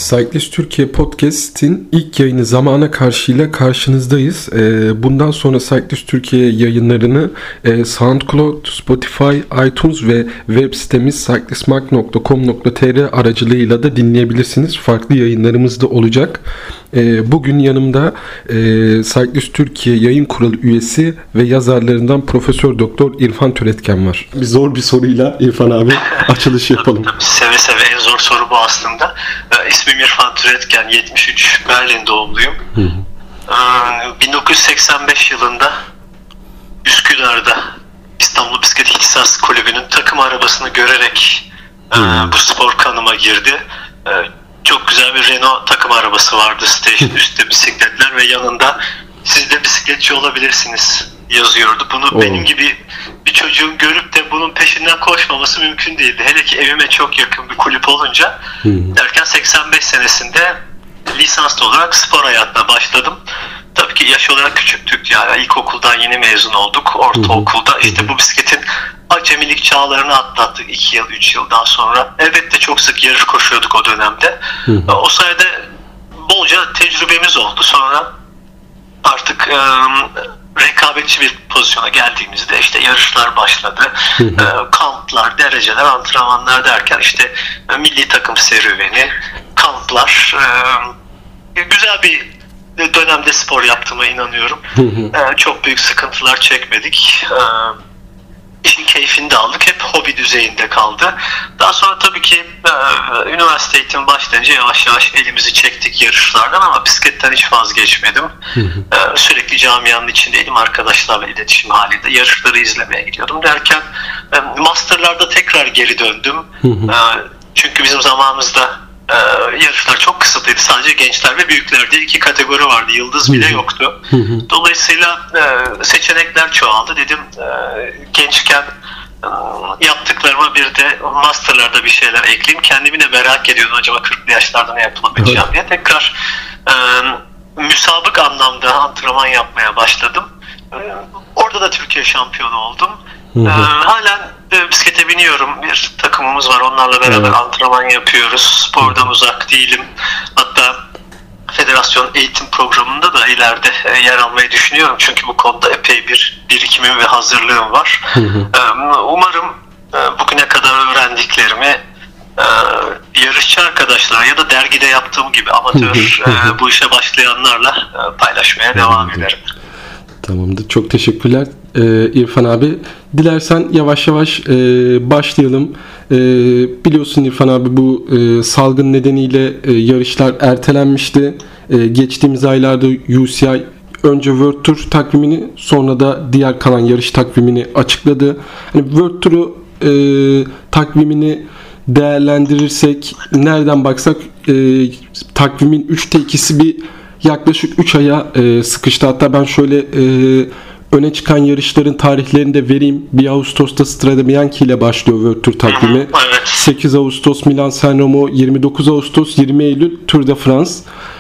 Cyclist Türkiye Podcast'in ilk yayını zamana karşıyla karşınızdayız. Bundan sonra Cyclist Türkiye yayınlarını SoundCloud, Spotify, iTunes ve web sitemiz cyclistmark.com.tr aracılığıyla da dinleyebilirsiniz. Farklı yayınlarımız da olacak. Bugün yanımda Cyclist Türkiye Yayın Kurulu üyesi ve yazarlarından Profesör Doktor İrfan Türetken var. Bir zor bir soruyla İrfan abi açılış yapalım. Seve seve, en zor soru bu aslında. İsmim İrfan Türetken, 73 Berlin doğumluyum. 1985 yılında Üsküdar'da İstanbul Bisiklet İhtisas Kulübü'nün takım arabasını görerek bu spor kanıma girdi. Çok güzel bir Renault takım arabası vardı. Station üstte bisikletler ve yanında "siz de bisikletçi olabilirsiniz" yazıyordu. Bunu benim gibi bir çocuğun görüp de bunun peşinden koşmaması mümkün değildi. Hele ki evime çok yakın bir kulüp olunca. Derken 85 senesinde lisanslı olarak spor hayatına başladım. Tabii ki yaş olarak küçüktük. Yani ilkokuldan yeni mezun olduk. Ortaokulda işte bu bisikletin acemilik çağlarını atlattık 2 yıl, 3 yıldan sonra. Elbette çok sık yarış koşuyorduk o dönemde. O sayede bolca tecrübemiz oldu. Sonra artık rekabetçi bir pozisyona geldiğimizde işte yarışlar başladı. Kamplar, dereceler, antrenmanlar derken işte milli takım serüveni, kamplar, güzel bir dönemde spor yaptığıma inanıyorum. Çok büyük sıkıntılar çekmedik. İşin keyfini de aldık. Hep hobi düzeyinde kaldı. Daha sonra tabii ki üniversite eğitimi başlayınca yavaş yavaş elimizi çektik yarışlardan ama bisikletten hiç vazgeçmedim. Sürekli camianın içindeydim. Arkadaşlarla iletişim halinde. Yarışları izlemeye gidiyordum derken masterlarda tekrar geri döndüm. Çünkü bizim zamanımızda yarışlar çok kısıtlıydı. Sadece gençler ve büyükler diye 2 kategori vardı. Yıldız bile yoktu. Dolayısıyla seçenekler çoğaldı. Dedim gençken yaptıklarıma bir de masterlarda bir şeyler ekleyeyim. Kendimi de merak ediyordum. Acaba 40'lı yaşlarda ne yapılabileceğim diye. Tekrar müsabık anlamda antrenman yapmaya başladım. Orada da Türkiye şampiyonu oldum. Halen bisiklete biniyorum. Bir takımımız var. Onlarla beraber antrenman yapıyoruz. Spordan uzak değilim. Hatta federasyon eğitim programında da ileride yer almayı düşünüyorum. Çünkü bu konuda epey bir birikimim ve hazırlığım var. Umarım bugüne kadar öğrendiklerimi yarışçı arkadaşlar ya da dergide yaptığım gibi amatör bu işe başlayanlarla paylaşmaya devam ederim. Tamamdır. Çok teşekkürler İrfan abi. Dilersen yavaş yavaş başlayalım. Biliyorsun İrfan abi, bu salgın nedeniyle yarışlar ertelenmişti. Geçtiğimiz aylarda UCI önce World Tour takvimini, sonra da diğer kalan yarış takvimini açıkladı. Hani World Tour'u takvimini değerlendirirsek, nereden baksak takvimin 3'te 2'si bir yaklaşık 3 aya sıkıştı. Hatta ben şöyle öne çıkan yarışların tarihlerini de vereyim. 1 Ağustos'ta Strade Bianchi ile başlıyor World Tour takvimi. 8 Ağustos Milan-San Remo, 29 Ağustos 20 Eylül Tour de France.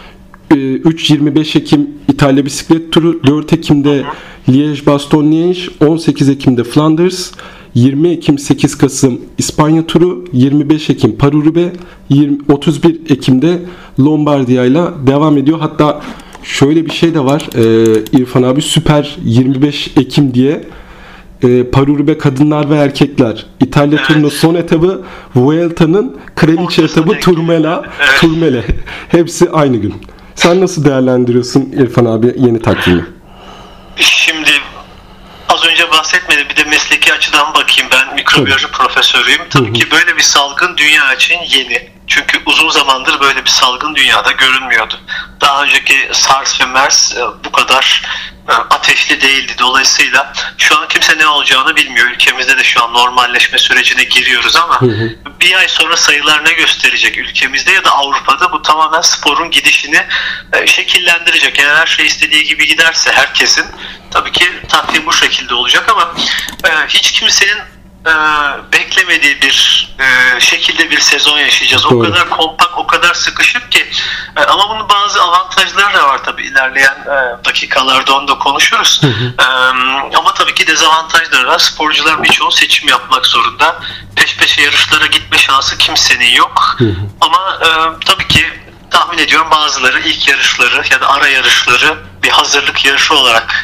3-25 Ekim İtalya Bisiklet Turu, 4 Ekim'de Liège-Bastogne-Liège, 18 Ekim'de Flanders, 20 Ekim 8 Kasım İspanya Turu, 25 Ekim Paris-Roubaix, 31 Ekim'de Lombardiya ile devam ediyor. Hatta şöyle bir şey de var İrfan abi, Süper 25 Ekim diye Paris-Roubaix kadınlar ve erkekler İtalya turunun son etabı, Vuelta'nın kraliçe etabı Tourmalet. Hepsi aynı gün. Sen nasıl değerlendiriyorsun İrfan abi yeni takvimi? Şimdi az önce bahsetmedim, bir de mesleki açıdan bakayım. Ben mikrobiyoloji profesörüyüm. Tabii ki böyle bir salgın dünya için yeni. Çünkü uzun zamandır böyle bir salgın dünyada görünmüyordu. Daha önceki SARS ve MERS bu kadar ateşli değildi. Dolayısıyla şu an kimse ne olacağını bilmiyor. Ülkemizde de şu an normalleşme sürecine giriyoruz ama bir ay sonra sayılar ne gösterecek ülkemizde ya da Avrupa'da, bu tamamen sporun gidişini şekillendirecek. Eğer her şey istediği gibi giderse herkesin, tabii ki takvim bu şekilde olacak ama hiç kimsenin beklemediği bir şekilde bir sezon yaşayacağız. O kadar kompakt, o kadar sıkışık ki. Ama bunun bazı avantajları da var tabii. İlerleyen dakikalarda onu da konuşuruz. Ama tabii ki dezavantajları var. Sporcuların birçoğu seçim yapmak zorunda. Peş peşe yarışlara gitme şansı kimsenin yok. Ama tabii ki tahmin ediyorum bazıları ilk yarışları ya da ara yarışları bir hazırlık yarışı olarak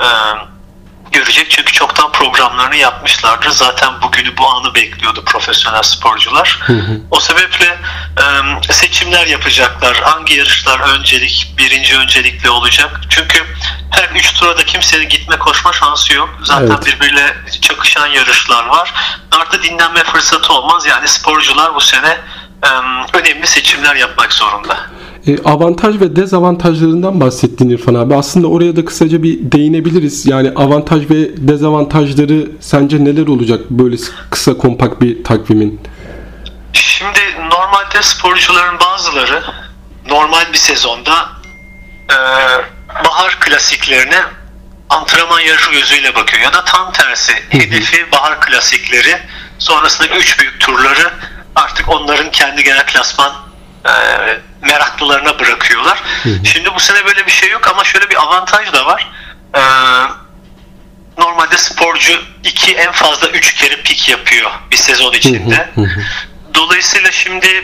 görecek. Çünkü çoktan programlarını yapmışlardır. Zaten bugünü, bu anı bekliyordu profesyonel sporcular. O sebeple seçimler yapacaklar. Hangi yarışlar birinci öncelikli olacak? Çünkü her 3 tura da kimsenin gitme koşma şansı yok. Zaten birbiriyle çakışan yarışlar var. Artı dinlenme fırsatı olmaz. Yani sporcular bu sene önemli seçimler yapmak zorunda. Avantaj ve dezavantajlarından bahsettin İrfan abi. Aslında oraya da kısaca bir değinebiliriz. Yani avantaj ve dezavantajları sence neler olacak böyle kısa kompakt bir takvimin? Şimdi normalde sporcuların bazıları normal bir sezonda bahar klasiklerine antrenman yarışı gözüyle bakıyor. Ya da tam tersi. Hedefi bahar klasikleri, sonrasındaki 3 büyük turları artık onların kendi genel klasman meraklılarına bırakıyorlar. Şimdi bu sene böyle bir şey yok ama şöyle bir avantaj da var. Normalde sporcu 2 en fazla 3 kere pik yapıyor bir sezon içinde. Dolayısıyla şimdi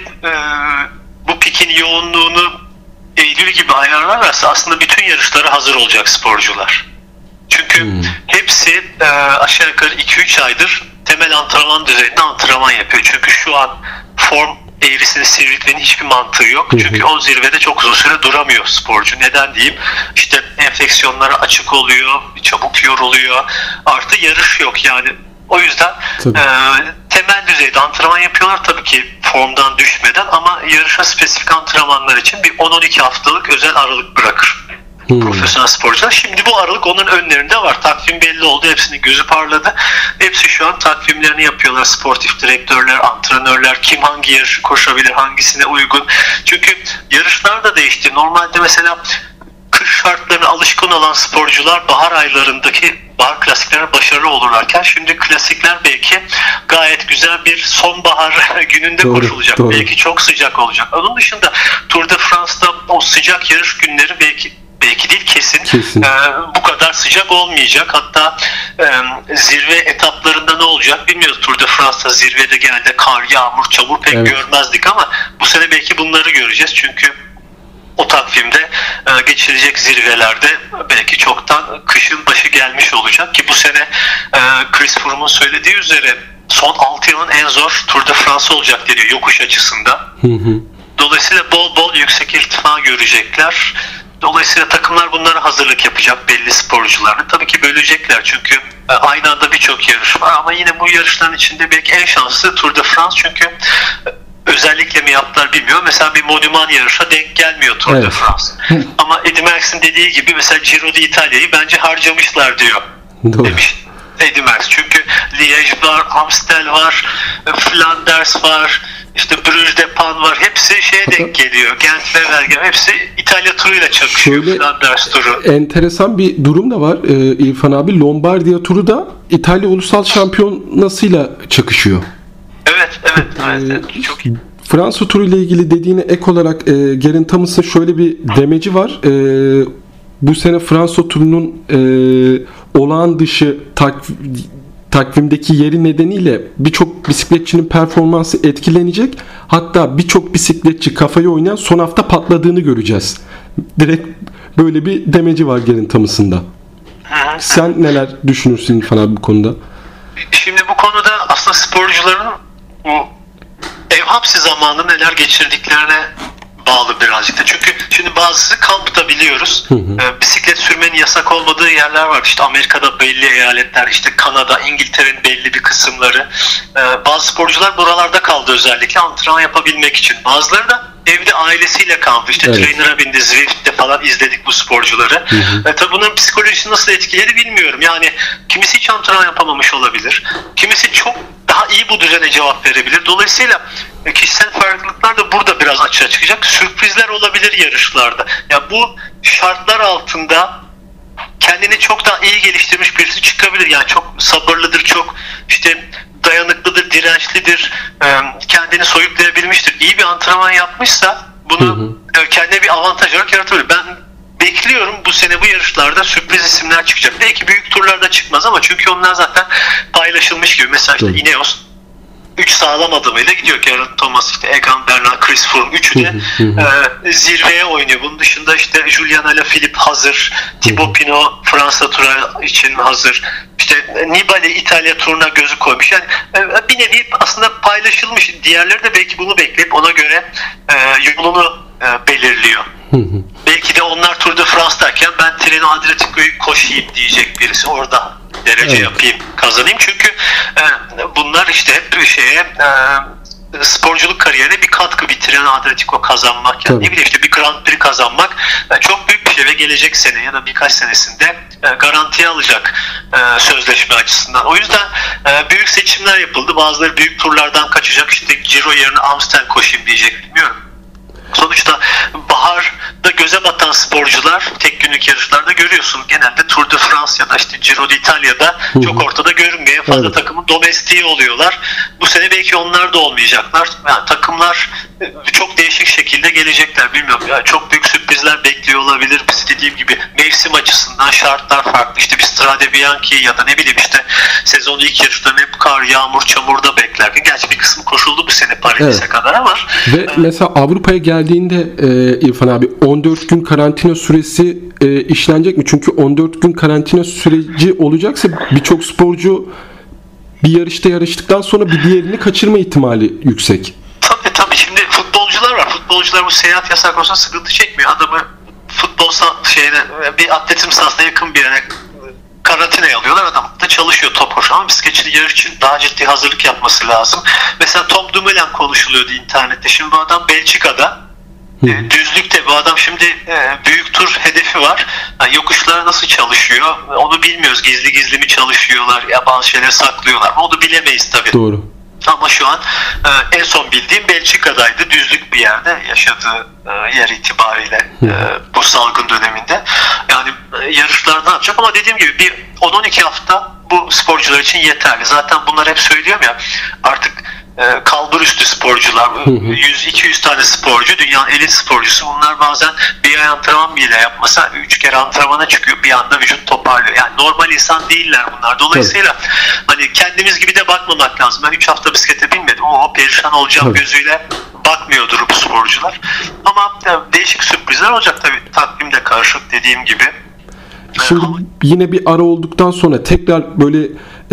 bu pikin yoğunluğunu Eylül gibi ayarlarlarsa aslında bütün yarışlara hazır olacak sporcular. Çünkü hepsi aşağı yukarı 2-3 aydır temel antrenman düzeyinde antrenman yapıyor. Çünkü şu an form eğrisini sivriltmenin hiçbir mantığı yok. Çünkü o zirvede çok uzun süre duramıyor sporcu. Neden diyeyim? İşte enfeksiyonlara açık oluyor, çabuk yoruluyor. Artı yarış yok yani. O yüzden temel düzeyde antrenman yapıyorlar tabii ki formdan düşmeden ama yarışa spesifik antrenmanlar için bir 10-12 haftalık özel aralık bırakır. Profesyonel sporcular. Şimdi bu aralık onun önlerinde var. Takvim belli oldu. Hepsinin gözü parladı. Hepsi şu an takvimlerini yapıyorlar. Sportif direktörler, antrenörler, kim hangi yarışı koşabilir, hangisine uygun. Çünkü yarışlar da değişti. Normalde mesela kış şartlarına alışkın olan sporcular bahar aylarındaki bahar klasiklerine başarılı olurlarken şimdi klasikler belki gayet güzel bir sonbahar gününde koşulacak. Doğru. Belki çok sıcak olacak. Onun dışında Tour de France'da o sıcak yarış günleri belki değil kesin. Bu kadar sıcak olmayacak. Hatta zirve etaplarında ne olacak bilmiyoruz. Tour de France'da zirvede genelde kar, yağmur, çamur pek görmezdik ama bu sene belki bunları göreceğiz. Çünkü o takvimde geçilecek zirvelerde belki çoktan kışın başı gelmiş olacak ki bu sene Chris Froome'un söylediği üzere son 6 yılın en zor Tour de France olacak deniyor yokuş açısından. Dolayısıyla bol bol yüksek irtifa görecekler. Dolayısıyla takımlar bunlara hazırlık yapacak belli sporcularını. Tabii ki bölecekler çünkü aynı anda birçok yarış var ama yine bu yarışların içinde belki en şanslı Tour de France çünkü özellikle mi yaptılar bilmiyorum. Mesela bir Monument yarışa denk gelmiyor Tour de France. Ama Eddy Merckx'in dediği gibi mesela Giro d'Italia'yı bence harcamışlar diyor. Doğru. Demiş Eddy Merckx. Çünkü Liège var, Amstel var, Flanders var, işte Bruges de Pan var. Hepsi şeye denk geliyor. Gent ve Belgem. Hepsi İtalya turuyla çakışıyor. Şöyle Flanders turu. Enteresan bir durum da var. İrfan abi Lombardiya turu da İtalya Ulusal Şampiyonası'yla çakışıyor. Evet. Çok iyi. Fransa turu ile ilgili dediğine ek olarak Geraint Thomas'ın şöyle bir demeci var. Bu sene Fransa turunun olağan dışı takvimdeki yeri nedeniyle birçok bisikletçinin performansı etkilenecek. Hatta birçok bisikletçi kafayı oynayan son hafta patladığını göreceğiz. Direkt böyle bir demeci var Geraint Thomas'ın da. Sen neler düşünürsün İrfan abi bu konuda? Şimdi bu konuda aslında sporcuların bu ev hapsi zamanında neler geçirdiklerine bağlı birazcık da. Çünkü şimdi bazısı kampta biliyoruz. Bisiklet sürmenin yasak olmadığı yerler var. İşte Amerika'da belli eyaletler, işte Kanada, İngiltere'nin belli bir kısımları. Bazı sporcular buralarda kaldı özellikle antrenman yapabilmek için. Bazıları da evde ailesiyle kaldı. İşte trainer'a bindi, Zwift'te falan izledik bu sporcuları. Tabii bunun psikolojisi nasıl etkiledi bilmiyorum. Yani kimisi hiç antrenman yapamamış olabilir. Kimisi çok daha iyi bu düzene cevap verebilir. Dolayısıyla kişisel farklılıklar da burada biraz açığa çıkacak. Sürprizler olabilir yarışlarda. Ya bu şartlar altında kendini çok daha iyi geliştirmiş birisi çıkabilir. Yani çok sabırlıdır, çok işte dayanıklıdır, dirençlidir, kendini soyutlayabilmiştir. İyi bir antrenman yapmışsa bunu kendine bir avantaj olarak yaratabilir. Ben bekliyorum bu sene bu yarışlarda sürpriz isimler çıkacak. Belki büyük turlarda çıkmaz ama çünkü onlar zaten paylaşılmış gibi. Mesela işte Ineos 3 sağlam adamıyla gidiyor. Geraint Thomas, işte Egan Bernal, Chris Froome, üçü de zirveye oynuyor. Bunun dışında işte Julian Alaphilippe hazır, Thibaut Pinot Fransa turu için hazır. İşte Nibali İtalya turuna gözü koymuş. Yani bir nevi aslında paylaşılmış. Diğerleri de belki bunu bekleyip ona göre yolunu belirliyor. Belki de onlar Tour de France'dayken ben Tirreno Adriatico'yu koşayım diyecek birisi. Orada derece yapayım, kazanayım. Çünkü bunlar işte hep bir şeye sporculuk kariyerine bir katkı, bir Tirreno Adriatico kazanmak, yani ne bileyim işte bir Grand Prix kazanmak çok büyük bir şey ve gelecek sene ya da birkaç senesinde garantiye alacak sözleşme açısından. O yüzden büyük seçimler yapıldı. Bazıları büyük turlardan kaçacak. İşte Giro yerine Amstel koşayım diyecek, bilmiyorum. Sonuçta baharda göze batan sporcular tek günlük yarışlarda görüyorsun. Genelde Tour de France ya da işte Giro d'Italia'da çok ortada görünmüyor. Fazla takımın domestiği oluyorlar. Bu sene belki onlar da olmayacaklar. Yani takımlar çok değişik şekilde gelecekler. Bilmiyorum. Yani çok büyük sürprizler bekliyor olabilir. Biz dediğim gibi mevsim açısından şartlar farklı. İşte bir Strade Bianchi ya da ne bileyim işte sezonun ilk yarışlarında hep kar, yağmur, çamurda beklerken. Gerçi bir kısmı koşuldu bu sene Paris'e kadar ama. Ve mesela Avrupa'ya geldiğinde İrfan abi 14 gün karantina süresi işlenecek mi? Çünkü 14 gün karantina süreci olacaksa birçok sporcu bir yarışta yarıştıktan sonra bir diğerini kaçırma ihtimali yüksek. Tabii şimdi futbolcular var. Futbolcular bu seyahat yasak olsa sıkıntı çekmiyor. Adamı futbol bir atletizm sahasına yakın bir yere karantinaya alıyorlar. Adam da çalışıyor, top koşuyor. Ama bisikletçi yarış için daha ciddi hazırlık yapması lazım. Mesela Tom Dumoulin konuşuluyordu internette. Şimdi bu adam Belçika'da. Düzlükte bu adam şimdi büyük tur hedefi var. Yani yokuşlar nasıl çalışıyor onu bilmiyoruz. Gizli gizli mi çalışıyorlar ya bazı şeyleri saklıyorlar. Onu bilemeyiz tabii. Doğru. Ama şu an en son bildiğim Belçika'daydı. Düzlük bir yerde yaşadığı yer itibariyle bu salgın döneminde. Yani yarışlar ne yapacak ama dediğim gibi bir 10-12 hafta bu sporcular için yeterli. Zaten bunlar hep söylüyorum ya, artık kalbur üstü sporcular, 100-200 tane sporcu, dünyanın elit sporcusu, bunlar bazen bir ay antrenman bile yapmasa 3 kere antrenmana çıkıyor, bir anda vücut toparlıyor. Yani normal insan değiller bunlar. Dolayısıyla hani kendimiz gibi de bakmamak lazım. Ben 3 hafta bisiklete binmedim. O perişan olacağım gözüyle bakmıyordur bu sporcular. Ama değişik sürprizler olacak tabii. Takvimde karışık dediğim gibi. Şimdi yine bir ara olduktan sonra tekrar böyle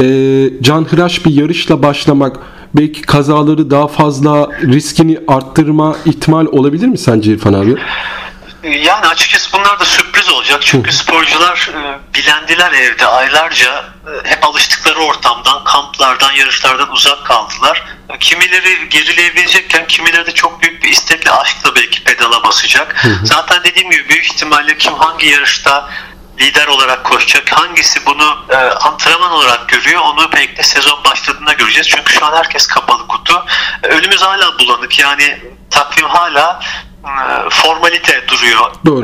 canhıraş bir yarışla başlamak belki kazaları daha fazla riskini arttırma ihtimal olabilir mi sence İrfan abi? Yani açıkçası bunlar da sürpriz olacak. Çünkü sporcular bilendiler evde aylarca, hep alıştıkları ortamdan, kamplardan, yarışlardan uzak kaldılar. Kimileri gerileyebilecekken kimileri de çok büyük bir istekle, aşkla belki pedala basacak. Zaten dediğim gibi büyük ihtimalle kim hangi yarışta lider olarak koşacak, hangisi bunu antrenman olarak görüyor, onu belki de sezon başladığında göreceğiz. Çünkü şu an herkes kapalı kutu. Önümüz hala bulanık. Yani takvim hala formalite duruyor. Doğru.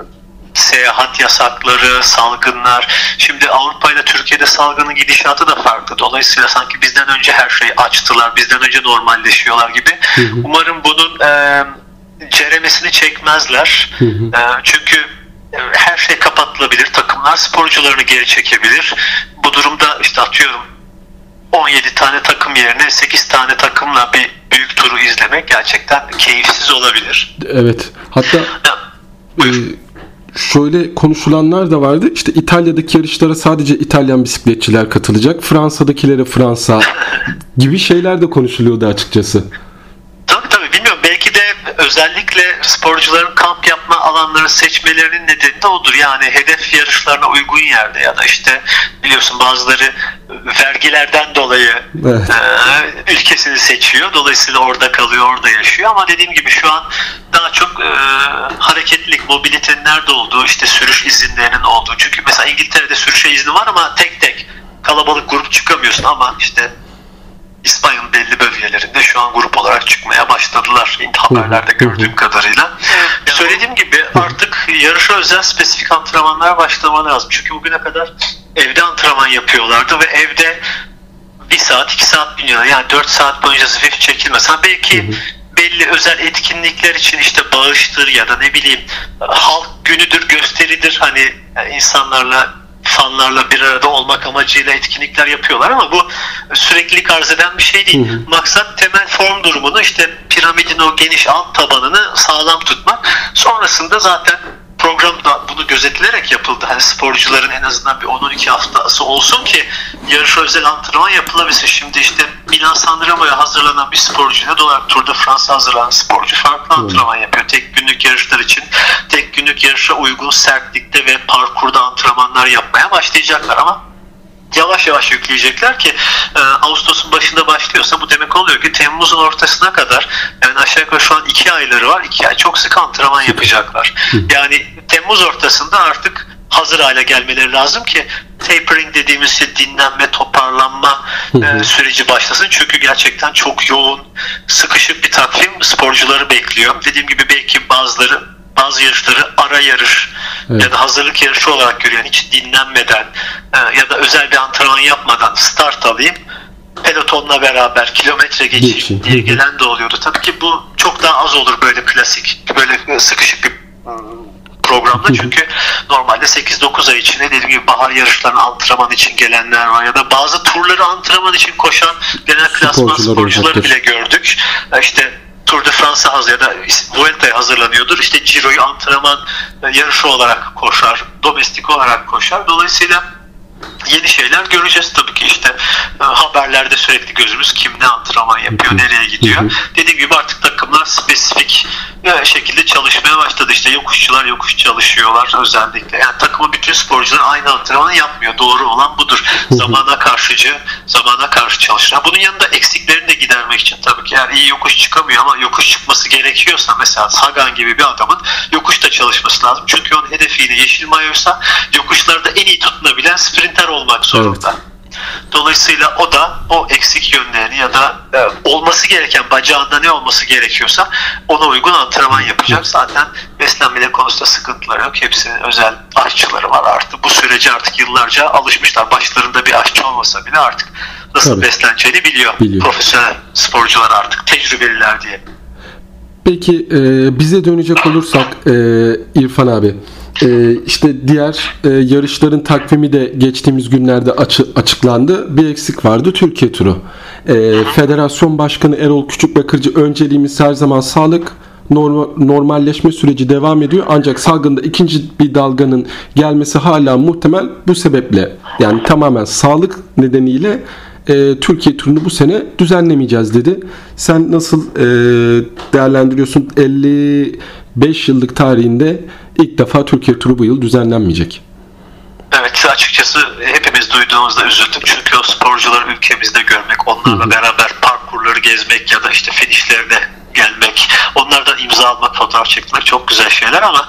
Seyahat yasakları, salgınlar. Şimdi Avrupa ile Türkiye'de salgının gidişatı da farklı. Dolayısıyla sanki bizden önce her şeyi açtılar, bizden önce normalleşiyorlar gibi. Umarım bunun ceremesini çekmezler. Çünkü her şey kapatılabilir. Takımlar sporcularını geri çekebilir. Bu durumda işte atıyorum 17 tane takım yerine 8 tane takımla bir büyük turu izlemek gerçekten keyifsiz olabilir. Evet. Hatta şöyle konuşulanlar da vardı. İşte İtalya'daki yarışlara sadece İtalyan bisikletçiler katılacak. Fransa'dakilere Fransa gibi şeyler de konuşuluyordu açıkçası. Tabii bilmiyorum. Belki de özellikle sporcuların kamp yapma alanları seçmelerinin nedeni de odur. Yani hedef yarışlarına uygun yerde ya da işte biliyorsun bazıları vergilerden dolayı ülkesini seçiyor. Dolayısıyla orada kalıyor, orada yaşıyor. Ama dediğim gibi şu an daha çok hareketlilik, mobilitenin nerede olduğu, işte sürüş izinlerinin olduğu. Çünkü mesela İngiltere'de sürüşe izni var ama tek tek kalabalık grup çıkamıyorsun ama işte İspanya'nın belli bölgelerinde şu an grup olarak çıkmaya başladılar haberlerde gördüğüm kadarıyla. Söylediğim gibi artık yarışa özel spesifik antrenmanlar başlamalı lazım. Çünkü bugüne kadar evde antrenman yapıyorlardı ve evde 1 saat 2 saat biniyorlar. Yani 4 saat boyunca Zwift çekilmez. Belki belli özel etkinlikler için işte bağıştır ya da ne bileyim halk günüdür, gösteridir, hani insanlarla fanlarla bir arada olmak amacıyla etkinlikler yapıyorlar ama bu süreklilik arz eden bir şey değil. Maksat temel form durumunu, işte piramidin o geniş alt tabanını sağlam tutmak. Sonrasında zaten programda bunu gözetilerek yapıldı. Hani sporcuların en azından bir 10-12 haftası olsun ki yarışa özel antrenman yapılabilsin. Şimdi işte Milan Sanremo'ya hazırlanan bir sporcu ne dolar Tour de France'a hazırlanan sporcu farklı antrenman yapıyor. Tek günlük yarışlar için tek günlük yarışa uygun sertlikte ve parkurda antrenmanlar yapmaya başlayacaklar ama yavaş yavaş yükleyecekler ki Ağustos'un başında başlıyorsa bu demek oluyor ki Temmuz'un ortasına kadar, yani aşağı yukarı şu an 2 ayları var. 2 ay çok sık antrenman yapacaklar. Yani Temmuz ortasında artık hazır hale gelmeleri lazım ki tapering dediğimiz şey, dinlenme, toparlanma süreci başlasın. Çünkü gerçekten çok yoğun, sıkışık bir takvim sporcuları bekliyor. Dediğim gibi belki bazı yarışları ara yarış ya da hazırlık yarışı olarak görüyor. Yani hiç dinlenmeden ya da özel bir antrenman yapmadan start alayım, pelotonla beraber kilometre geçeyim diye gelen de oluyordu. Tabii ki bu çok daha az olur böyle klasik, böyle sıkışık bir programda. Çünkü normalde 8-9 ay içinde dediğim gibi bahar yarışlarına antrenman için gelenler var ya da bazı turları antrenman için koşan genel klasman sporcuları bile gördük. İşte Tour de France'a ya da Vuelta'ya hazırlanıyordur. İşte Ciro'yu antrenman yarışı olarak koşar, domestik olarak koşar. Dolayısıyla yeni şeyler göreceğiz tabii ki. İşte haberlerde sürekli gözümüz kim ne antrenman yapıyor, nereye gidiyor. Dediğim gibi artık takımlar spesifik şekilde çalışmaya başladı. İşte yokuşçular yokuş çalışıyorlar özellikle. Yani takımın bütün sporcular aynı antrenmanı yapmıyor. Doğru olan budur. Zamana karşı çalışır. Bunun yanında eksiklerini de gidermek için tabii ki, yani iyi yokuş çıkamıyor ama yokuş çıkması gerekiyorsa, mesela Sagan gibi bir adamın yokuşta çalışması lazım. Çünkü onun hedefi yine yeşil mayoysa yokuşlarda en iyi tutunabilen sprinter olmak zorunda. Evet. Dolayısıyla o da o eksik yönlerini ya da olması gereken bacağında ne olması gerekiyorsa ona uygun antrenman yapacak. Zaten beslenmeleri konusunda sıkıntılar yok. Hepsinin özel aşçıları var. Artık bu sürece yıllarca alışmışlar. Başlarında bir aşçı olmasa bile artık nasıl besleneceğini biliyor. Profesyonel sporcular artık tecrübeliler diye. Peki bize dönecek olursak İrfan abi, işte diğer yarışların takvimi de geçtiğimiz günlerde açıklandı. Bir eksik vardı, Türkiye turu. Federasyon Başkanı Erol Küçükbakırcı, önceliğimiz her zaman sağlık, normalleşme süreci devam ediyor. Ancak salgında ikinci bir dalganın gelmesi hala muhtemel. Bu sebeple, yani tamamen sağlık nedeniyle Türkiye turunu bu sene düzenlemeyeceğiz dedi. Sen nasıl değerlendiriyorsun? 55 yıllık tarihinde ilk defa Türkiye turu bu yıl düzenlenmeyecek. Evet, açıkçası hepimiz duyduğumuzda üzüldük. Çünkü o sporcuları ülkemizde görmek, onlarla beraber parkurları gezmek ya da işte finişlerine gelmek, onlardan imza almak, fotoğraf çekmek çok güzel şeyler ama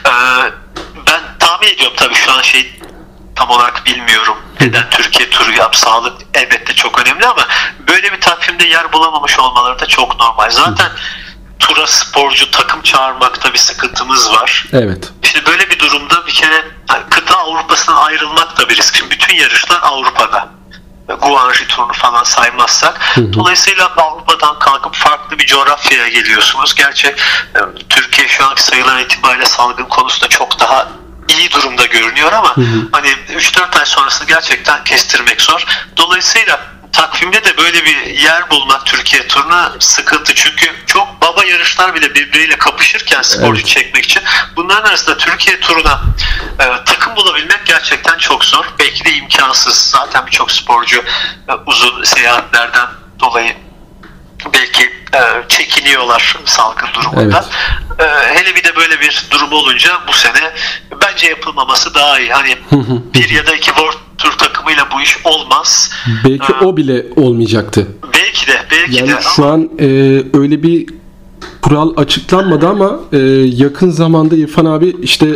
ben tahmin ediyorum, tabii şu an tam olarak bilmiyorum neden Türkiye turu sağlık elbette çok önemli ama böyle bir takvimde yer bulamamış olmaları da çok normal. Zaten tura sporcu takım çağırmakta bir sıkıntımız var. Evet. İşte böyle bir durumda bir kere kıta Avrupa'sından ayrılmak da bir risk. Şimdi bütün yarışlar Avrupa'da. Guangxi turunu falan saymazsak. Dolayısıyla Avrupa'dan kalkıp farklı bir coğrafyaya geliyorsunuz. Gerçi Türkiye şu anki sayılar itibariyle salgın konusunda çok daha iyi durumda görünüyor ama hani 3-4 ay sonrasını gerçekten kestirmek zor. Dolayısıyla takvimde de böyle bir yer bulmak Türkiye turuna sıkıntı. Çünkü çok baba yarışlar bile birbiriyle kapışırken sporcu çekmek için bunların arasında Türkiye turuna takım bulabilmek gerçekten çok zor. Belki de imkansız. Zaten birçok sporcu uzun seyahatlerden dolayı belki çekiniyorlar salgın durumunda. Hele bir de böyle bir durum olunca bu sene bence yapılmaması daha iyi. Hani bir ya da iki World Tour takımıyla bu iş olmaz. Belki o bile olmayacaktı. Belki de. Yani şu an öyle bir kural açıklanmadı ama yakın zamanda İrfan abi işte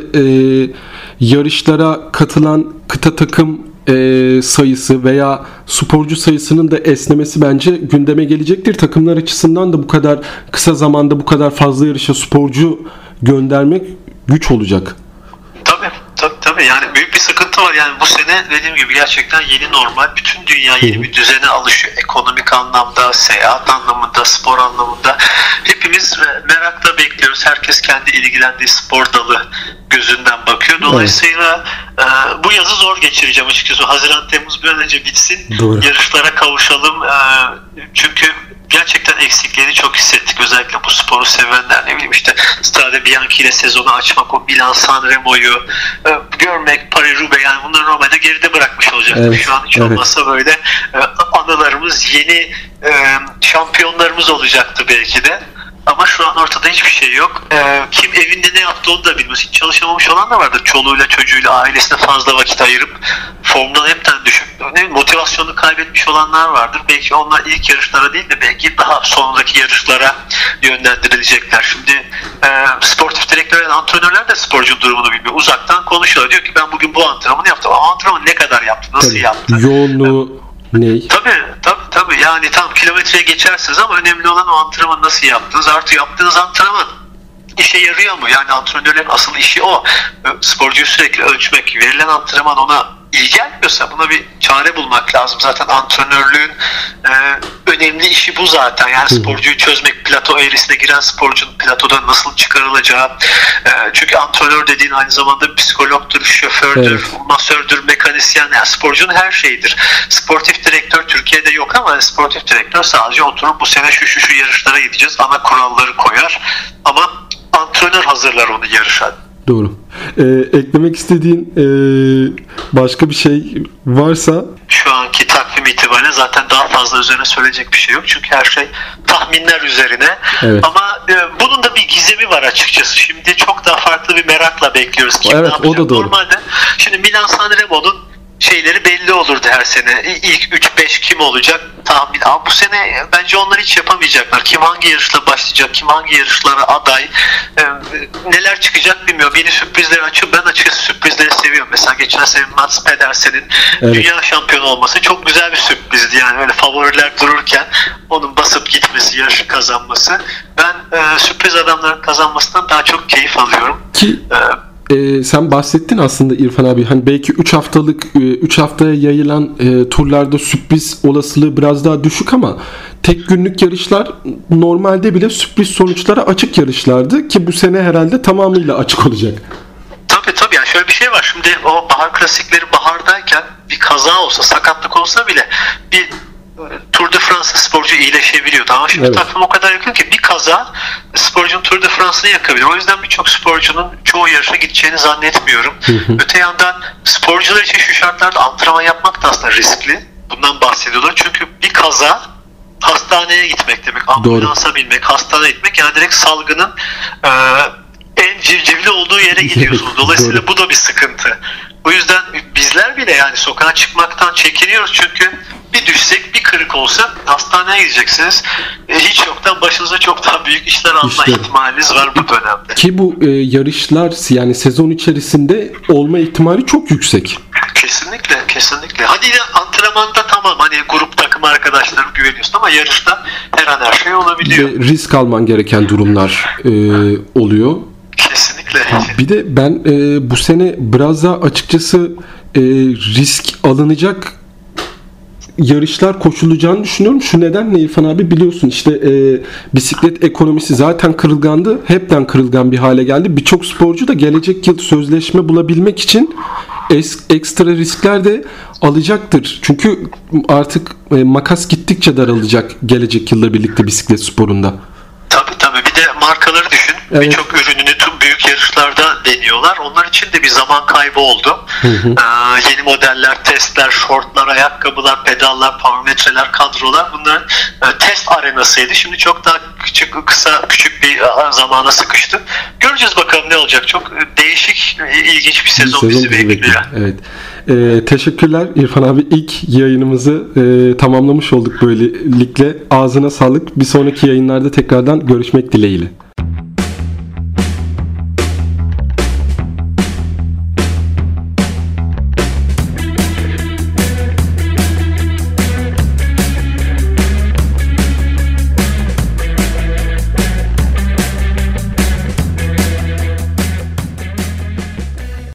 yarışlara katılan kıta takım sayısı veya sporcu sayısının da esnemesi bence gündeme gelecektir. Takımlar açısından da bu kadar kısa zamanda bu kadar fazla yarışa sporcu göndermek güç olacak. Tabii yani büyük bir sıkıntı var. Yani bu sene dediğim gibi gerçekten yeni normal. Bütün dünya yeni bir düzene alışıyor. Ekonomik anlamda, seyahat anlamında, spor anlamında. Hepimiz merakla bekliyoruz. Herkes kendi ilgilendiği spor dalı gözünden bakıyor. Dolayısıyla Bu yazı zor geçireceğim açıkçası. Haziran, Temmuz bir an önce bitsin. Doğru. Yarışlara kavuşalım. Çünkü gerçekten eksikliğini çok hissettik. Özellikle bu sporu sevenler, ne bileyim işte Strade Bianchi ile sezonu açmak, o Milan Sanremo'yu görmek, Paris-Roubaix, yani bunları normalde geride bırakmış olacaktık. Evet, Şu an hiç olmazsa böyle anılarımız, yeni şampiyonlarımız olacaktı belki de. Ama şu an ortada hiçbir şey yok. Kim evinde ne yaptı onu da bilmez. Hiç çalışamamış olan da vardır. Çoluğuyla, çocuğuyla, ailesine fazla vakit ayırıp formdan hepten düşük, motivasyonu kaybetmiş olanlar vardır. Belki onlar ilk yarışlara değil de belki daha sonraki yarışlara yönlendirilecekler. Şimdi sportif direktör ve antrenörler de sporcunun durumunu bilmiyor. Uzaktan konuşuyor. Diyor ki ben bugün bu antrenmanı yaptım. Ama antrenmanı ne kadar yaptı? Nasıl yaptı? Yoğunluğu ne? Tabii yani tam kilometreye geçersiniz ama önemli olan o antrenmanı nasıl yaptınız. Artı yaptığınız antrenman işe yarıyor mu? Yani antrenörlerin asıl işi o. Sporcuyu sürekli ölçmek. Verilen antrenman ona iyi gelmiyorsa buna bir çare bulmak lazım. Zaten antrenörlüğün önemli işi bu zaten. Yani sporcuyu çözmek, plato eğrisine giren sporcunun platodan nasıl çıkarılacağı. Çünkü antrenör dediğin aynı zamanda psikologtur, şofördür, masördür, mekanisyen. Yani sporcunun her şeyidir. Sportif direktör Türkiye'de yok ama sportif direktör sadece oturup bu sene şu yarışlara gideceğiz. Ana kuralları koyar. Ama antrenör hazırlar onu yarışa. Doğru. Eklemek istediğin başka bir şey varsa? Şu anki takvim itibariyle zaten daha fazla üzerine söyleyecek bir şey yok. Çünkü her şey tahminler üzerine. Evet. Ama bunun da bir gizemi var açıkçası. Şimdi çok daha farklı bir merakla bekliyoruz. Kim evet, o da doğru. Normalde şimdi Milan Sanremo'nun şeyleri belli olurdu her sene. İlk 3-5 kim olacak tahmin. Ama bu sene bence onlar hiç yapamayacaklar. Kim hangi yarışla başlayacak, kim hangi yarışlara aday, neler çıkacak bilmiyorum. Yeni sürprizleri açıyor. Ben açıkçası sürprizleri seviyorum. Mesela geçen sene Mats Pedersen'in dünya şampiyonu olması çok güzel bir sürprizdi. Yani öyle favoriler dururken onun basıp gitmesi, yarışı kazanması. Ben sürpriz adamların kazanmasından daha çok keyif alıyorum. Ki sen bahsettin aslında İrfan abi, hani belki 3 haftaya yayılan turlarda sürpriz olasılığı biraz daha düşük ama tek günlük yarışlar normalde bile sürpriz sonuçlara açık yarışlardı ki bu sene herhalde tamamıyla açık olacak. Tabii yani şöyle bir şey var. Şimdi o bahar klasikleri bahardayken bir kaza olsa, sakatlık olsa bile bir Tour de France sporcu iyileşebiliyordu ama şimdi takvim o kadar yakın ki bir kaza sporcunun Tour de France'ını yakabilir. O yüzden birçok sporcunun çoğu yarışa gideceğini zannetmiyorum. Öte yandan sporcular için şu şartlarda antrenman yapmak da aslında riskli. Bundan bahsediyorlar. Çünkü bir kaza hastaneye gitmek demek. Ambulansa binmek, hastaneye gitmek, yani direkt salgının en civcivli olduğu yere gidiyorsunuz. Dolayısıyla bu da bir sıkıntı. O yüzden bizler bile yani sokağa çıkmaktan çekiniyoruz çünkü bir düşsek, bir kırık olsa hastaneye gideceksiniz. Hiç yoktan başınıza çok daha büyük işler alma ihtimaliniz var bu dönemde. Ki bu yarışlar yani sezon içerisinde olma ihtimali çok yüksek. Kesinlikle. Hadi yine antrenmanda tamam, hani grup takım arkadaşlarına güveniyorsun ama yarışta her an her şey olabiliyor. Ve risk alman gereken durumlar oluyor. Kesinlikle. Bir de ben bu sene biraz daha açıkçası risk alınacak yarışlar koşulacağını düşünüyorum. Şu nedenle İrfan abi, biliyorsun işte bisiklet ekonomisi zaten kırılgandı. Hepten kırılgan bir hale geldi. Birçok sporcu da gelecek yıl sözleşme bulabilmek için ekstra riskler de alacaktır. Çünkü artık makas gittikçe daralacak gelecek yılla birlikte bisiklet sporunda. Tabii. Bir de markaları düşün. Evet. Birçok ürününü tüm büyük yarışlarda deniyorlar. Onlar için de bir zaman kaybı oldu. Yeni modeller, testler, şortlar, ayakkabılar, pedallar, parametreler, kadrolar, bunların test arenasıydı. Şimdi çok daha küçük bir zamana sıkıştı. Göreceğiz bakalım ne olacak. Çok değişik, ilginç bir sezon bizi bekliyor. Evet. Teşekkürler İrfan abi. İlk yayınımızı tamamlamış olduk böylelikle. Ağzına sağlık. Bir sonraki yayınlarda tekrardan görüşmek dileğiyle.